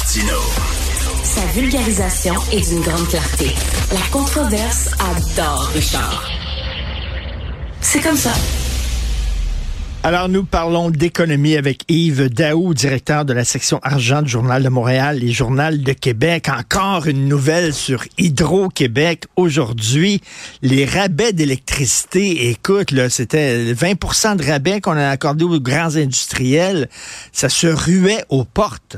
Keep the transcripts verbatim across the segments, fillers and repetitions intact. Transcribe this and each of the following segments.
Martineau. Sa vulgarisation est d'une grande clarté. La controverse adore Richard. C'est comme ça. Alors, nous parlons d'économie avec Yves Daou, directeur de la section argent du Journal de Montréal et Journal de Québec. Encore une nouvelle sur Hydro-Québec. Aujourd'hui, les rabais d'électricité, écoute, là, c'était vingt pour cent de rabais qu'on a accordé aux grands industriels. Ça se ruait aux portes.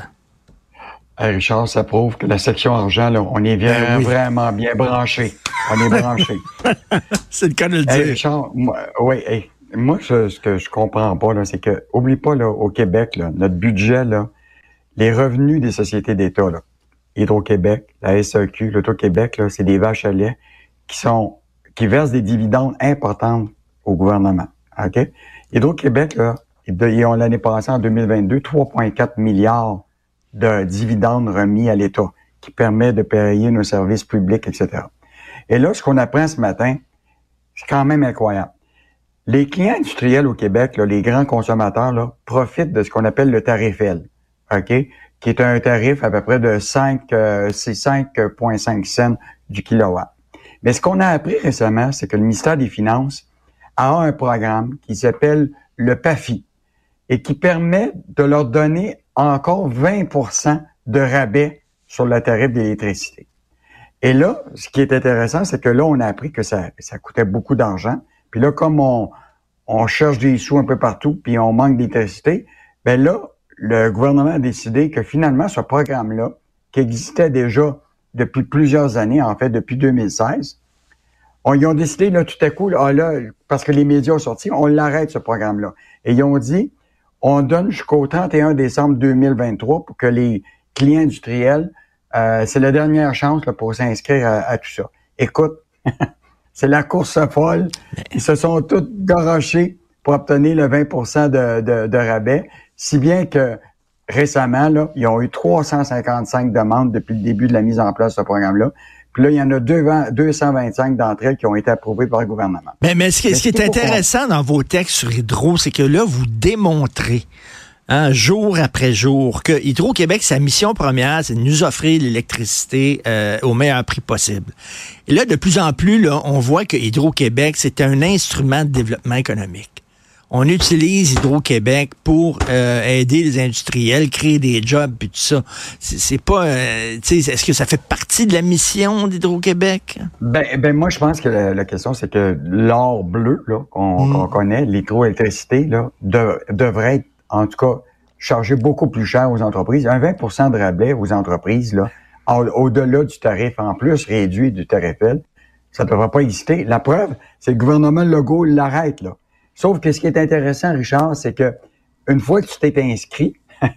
Hey Richard, ça prouve que la section argent, là, on est bien, ben oui. vraiment bien branché. On est branché. C'est le cas de le dire. Hey Richard, moi, oui, hey. Moi, je, ce que je comprends pas, là, c'est que, oublie pas, là, au Québec, là, notre budget, là, les revenus des sociétés d'État, là, Hydro-Québec, la S A Q, l'Auto-Québec, là, c'est des vaches à lait qui sont, qui versent des dividendes importants au gouvernement. OK? Hydro-Québec, là, ils ont l'année passée, en deux mille vingt-deux, trois virgule quatre milliards de dividendes remis à l'État, qui permet de payer nos services publics, et cetera. Et là, ce qu'on apprend ce matin, c'est quand même incroyable. Les clients industriels au Québec, là, les grands consommateurs, là, profitent de ce qu'on appelle le tarif L, OK? Qui est un tarif à peu près de cinq, euh, c'est cinq virgule cinq cents du kilowatt. Mais ce qu'on a appris récemment, c'est que le ministère des Finances a un programme qui s'appelle le P A F I et qui permet de leur donner encore vingt pour cent de rabais sur le tarif d'électricité. Et là, ce qui est intéressant, c'est que là, on a appris que ça, ça coûtait beaucoup d'argent. Puis là, comme on, on cherche des sous un peu partout, puis on manque d'électricité, ben là, le gouvernement a décidé que finalement, ce programme-là, qui existait déjà depuis plusieurs années, en fait, depuis deux mille seize, on, ils ont décidé, là, tout à coup, là, là, parce que les médias ont sorti, on l'arrête, ce programme-là. Et ils ont dit, on donne jusqu'au trente et un décembre deux mille vingt-trois pour que les clients industriels, euh, c'est la dernière chance là, pour s'inscrire à, à tout ça. Écoute, c'est la course folle. Ils se sont tous garochés pour obtenir le vingt pour cent de, de, de rabais, si bien que récemment, là, ils ont eu trois cent cinquante-cinq demandes depuis le début de la mise en place de ce programme-là. Puis là, il y en a deux cent vingt-cinq d'entre elles qui ont été approuvées par le gouvernement. Mais, mais ce qui, mais ce qui est intéressant dans vos textes sur Hydro, c'est que là, vous démontrez Hein, jour après jour, que Hydro-Québec, sa mission première, c'est de nous offrir l'électricité euh, au meilleur prix possible. Et là, de plus en plus, là, on voit que Hydro-Québec, c'est un instrument de développement économique. On utilise Hydro-Québec pour euh, aider les industriels, créer des jobs, puis tout ça. C'est, c'est pas, euh, tu sais, est-ce que ça fait partie de la mission d'Hydro-Québec? Ben, ben moi, je pense que la, la question, c'est que l'or bleu, là, qu'on, mmh. qu'on connaît, l'hydroélectricité, là, de, devrait être en tout cas, charger beaucoup plus cher aux entreprises. Un vingt pour cent de rabais aux entreprises, là, au- au-delà du tarif en plus réduit du tarif L, ça ne devrait pas exister. La preuve, c'est que le gouvernement Legault l'arrête, là. Sauf que ce qui est intéressant, Richard, c'est que une fois que tu t'es inscrit,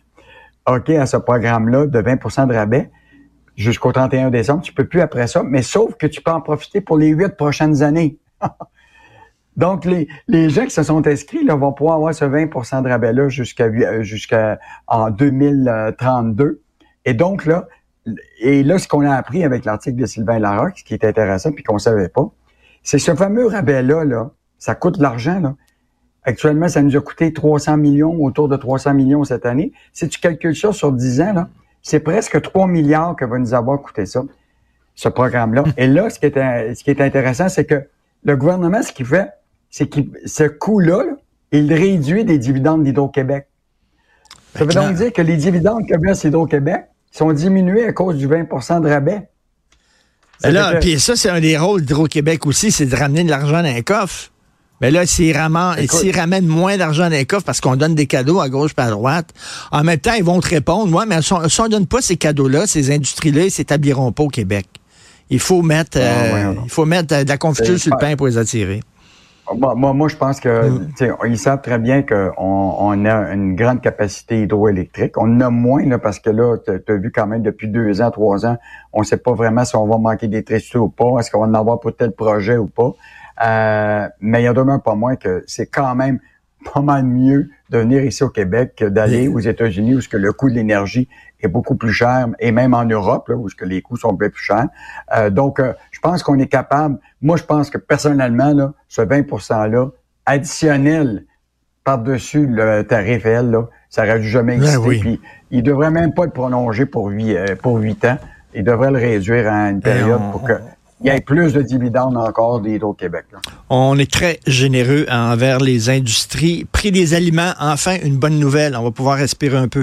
OK, à ce programme-là de vingt pour cent de rabais, jusqu'au trente et un décembre, tu peux plus après ça, mais sauf que tu peux en profiter pour les huit prochaines années. Donc, les, les gens qui se sont inscrits là, vont pouvoir avoir ce vingt pour cent de rabais-là jusqu'à, jusqu'à en deux mille trente-deux. Et donc, là, et là, ce qu'on a appris avec l'article de Sylvain Larocque, ce qui est intéressant puis qu'on savait pas, c'est ce fameux rabais-là, là, ça coûte de l'argent, là. Actuellement, ça nous a coûté trois cents millions, autour de trois cents millions cette année. Si tu calcules ça sur dix ans, là, c'est presque trois milliards que va nous avoir coûté ça, ce programme-là. Et là, ce qui est, ce qui est intéressant, c'est que le gouvernement, ce qu'il fait, c'est que ce coût-là, là, il réduit des dividendes d'Hydro-Québec. Ça veut donc dire que les dividendes que verse Hydro-Québec sont diminués à cause du vingt pour cent de rabais. Ben là, que... puis ça, c'est un des rôles d'Hydro-Québec aussi, c'est de ramener de l'argent dans les coffres. Mais là, s'ils ramènent, s'ils ramènent moins d'argent dans les coffres parce qu'on donne des cadeaux à gauche et à droite, en même temps, ils vont te répondre, ouais, mais si on ne donne pas ces cadeaux-là, ces industries-là, ils s'établiront pas au Québec. Il faut mettre, ah, euh, ouais, il faut mettre de la confiture c'est sur pas... le pain pour les attirer. Moi, moi, moi, je pense que, mm. tu sais, ils savent très bien qu'on on a une grande capacité hydroélectrique. On en a moins, là, parce que là, tu as vu quand même depuis deux ans, trois ans, on sait pas vraiment si on va manquer d'électricité ou pas, est-ce qu'on va en avoir pour tel projet ou pas. Euh, mais il y en demeure pas moins que c'est quand même pas mal mieux de venir ici au Québec que d'aller mm. aux États-Unis où ce que le coût de l'énergie est beaucoup plus cher, et même en Europe, là, où ce que les coûts sont bien plus chers. Euh, donc, euh, je pense qu'on est capable. Moi, je pense que personnellement, là, ce vingt pour cent-là, additionnel par-dessus le tarif L, là. Ça n'aurait dû jamais exister. Ben oui. Puis, il devrait même pas être prolongé pour huit, euh, pour huit ans. Il devrait le réduire à une période on, pour que il y ait plus de dividendes encore d'Hydro-Québec. Là. On est très généreux envers les industries. Prix des aliments, enfin, une bonne nouvelle. On va pouvoir respirer un peu.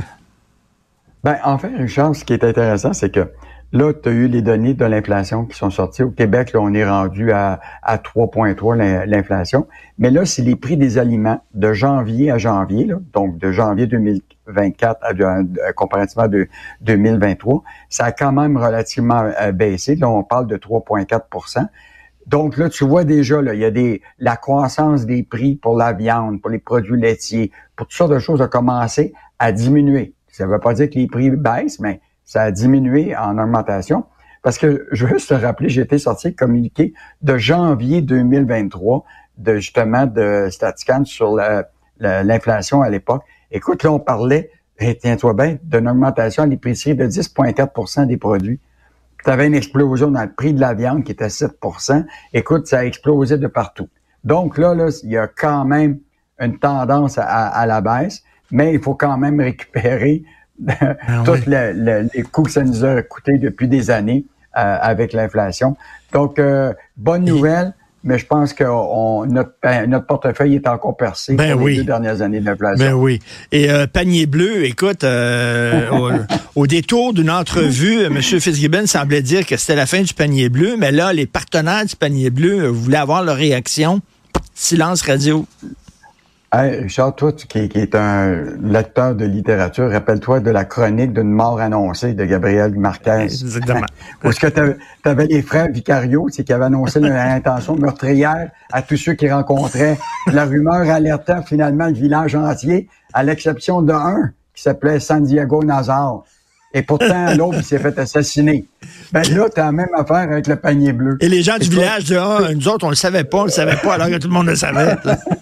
Ben, enfin, Richard, ce qui est intéressant, c'est que là, tu as eu les données de l'inflation qui sont sorties. Au Québec, là, on est rendu à, à trois virgule trois l'inflation. Mais là, c'est les prix des aliments de janvier à janvier, là, donc de janvier deux mille vingt-quatre à, à, à comparativement de deux mille vingt-trois. Ça a quand même relativement euh, baissé. Là, on parle de trois virgule quatre pour cent. Donc là, tu vois déjà, là, il y a des la croissance des prix pour la viande, pour les produits laitiers, pour toutes sortes de choses a commencé à diminuer. Ça ne veut pas dire que les prix baissent, mais ça a diminué en augmentation. Parce que, je veux juste te rappeler, j'ai été sorti communiqué de janvier deux mille vingt-trois, de justement de Statscan sur la, la, l'inflation à l'époque. Écoute, là, on parlait, hey, tiens-toi bien, d'une augmentation à l'épicerie de dix virgule quatre pour cent des produits. Tu avais une explosion dans le prix de la viande qui était sept pour cent. Écoute, ça a explosé de partout. Donc là, là, il y a quand même une tendance à, à la baisse, mais il faut quand même récupérer ah tous oui. le, le, les coûts que ça nous a coûté depuis des années euh, avec l'inflation. Donc, euh, bonne nouvelle, mais je pense que on, notre, notre portefeuille est encore percé ben pour oui. les deux dernières années de l'inflation. Ben oui. Et euh, panier bleu, écoute, euh, au, au détour d'une entrevue, M. Fitzgibbon semblait dire que c'était la fin du panier bleu, mais là, les partenaires du panier bleu voulaient avoir leur réaction. Silence radio. Hey, Richard, toi, tu, qui, qui est un lecteur de littérature, rappelle-toi de la chronique d'une mort annoncée de Gabriel Marquez. Exactement. Parce que tu avais les frères Vicario, c'est qui avaient annoncé leur intention meurtrière à tous ceux qu'ils rencontraient. La rumeur alertait finalement le village entier, à l'exception d'un qui s'appelait Santiago Nazar. Et pourtant, l'autre, il s'est fait assassiner. Ben là, t'as la même affaire avec le panier bleu. Et les gens du village disent, ah, nous autres, on le savait pas, on le savait pas, alors que tout le monde le savait.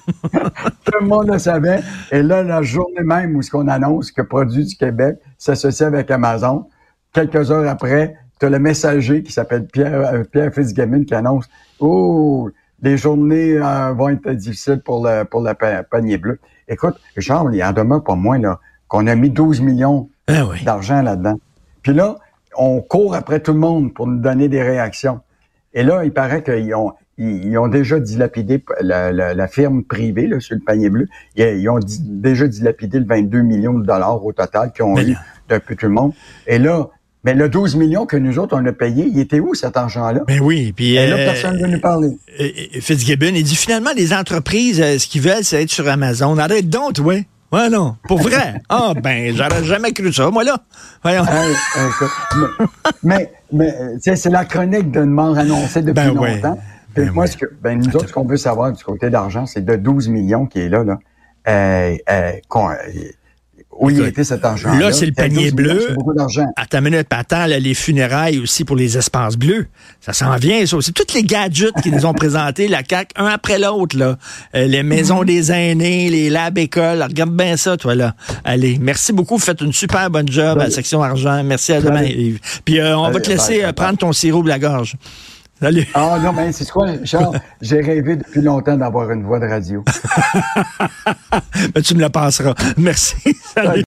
Tout le monde le savait. Et là, la journée même où ce qu'on annonce que Produits du Québec s'associe avec Amazon, quelques heures après, t'as le messager qui s'appelle Pierre, euh, Pierre Fitzgibbon qui annonce, oh, les journées euh, vont être difficiles pour le, pour le panier bleu. Écoute, Richard, il y en demeure pas moins, là, qu'on a mis douze millions ah oui. d'argent là-dedans. Puis là, on court après tout le monde pour nous donner des réactions. Et là, il paraît qu'ils ont, ils ont déjà dilapidé la, la, la firme privée là, sur le panier bleu. Ils ont di- déjà dilapidé le vingt-deux millions de dollars au total qu'ils ont mais eu d'un peu tout le monde. Et là, mais le douze millions que nous autres, on a payé, il était où cet argent-là? Ben oui. Puis, et là, euh, personne ne veut nous parler. Euh, Fitzgibbon, il dit finalement, les entreprises, euh, ce qu'ils veulent, c'est être sur Amazon. Arrête donc, ouais. Ouais, non. Pour vrai. Ah, ben, j'aurais jamais cru ça. Moi, là. Voyons. Hey, écoute, mais, mais, tu sais, c'est la chronique d'une mort annoncée depuis ben longtemps. Ouais. Puis ben moi, ouais. ce que, ben, nous autres, ce qu'on veut savoir du côté d'argent, c'est de douze millions qui est là, là. Euh, euh, qu'on, euh, où il a été cet argent-là? Là, c'est le panier bleu. C'est beaucoup d'argent. Attends une minute, attends, là, les funérailles aussi pour les espaces bleus. Ça s'en vient, ça aussi. Tous les gadgets qu'ils nous ont présentés, la C A Q, un après l'autre, là. Euh, les maisons mm-hmm. des aînés, les labs écoles. Regarde bien ça, toi, là. Allez, merci beaucoup. Vous faites une super bonne job à la section argent. Merci à demain, Yves. Puis, euh, on Allez, va te laisser bye, euh, prendre ton sirop de la gorge. Salut. Ah non, mais c'est quoi, Charles? J'ai rêvé depuis longtemps d'avoir une voix de radio. Ben, tu me la passeras. Merci. Salut.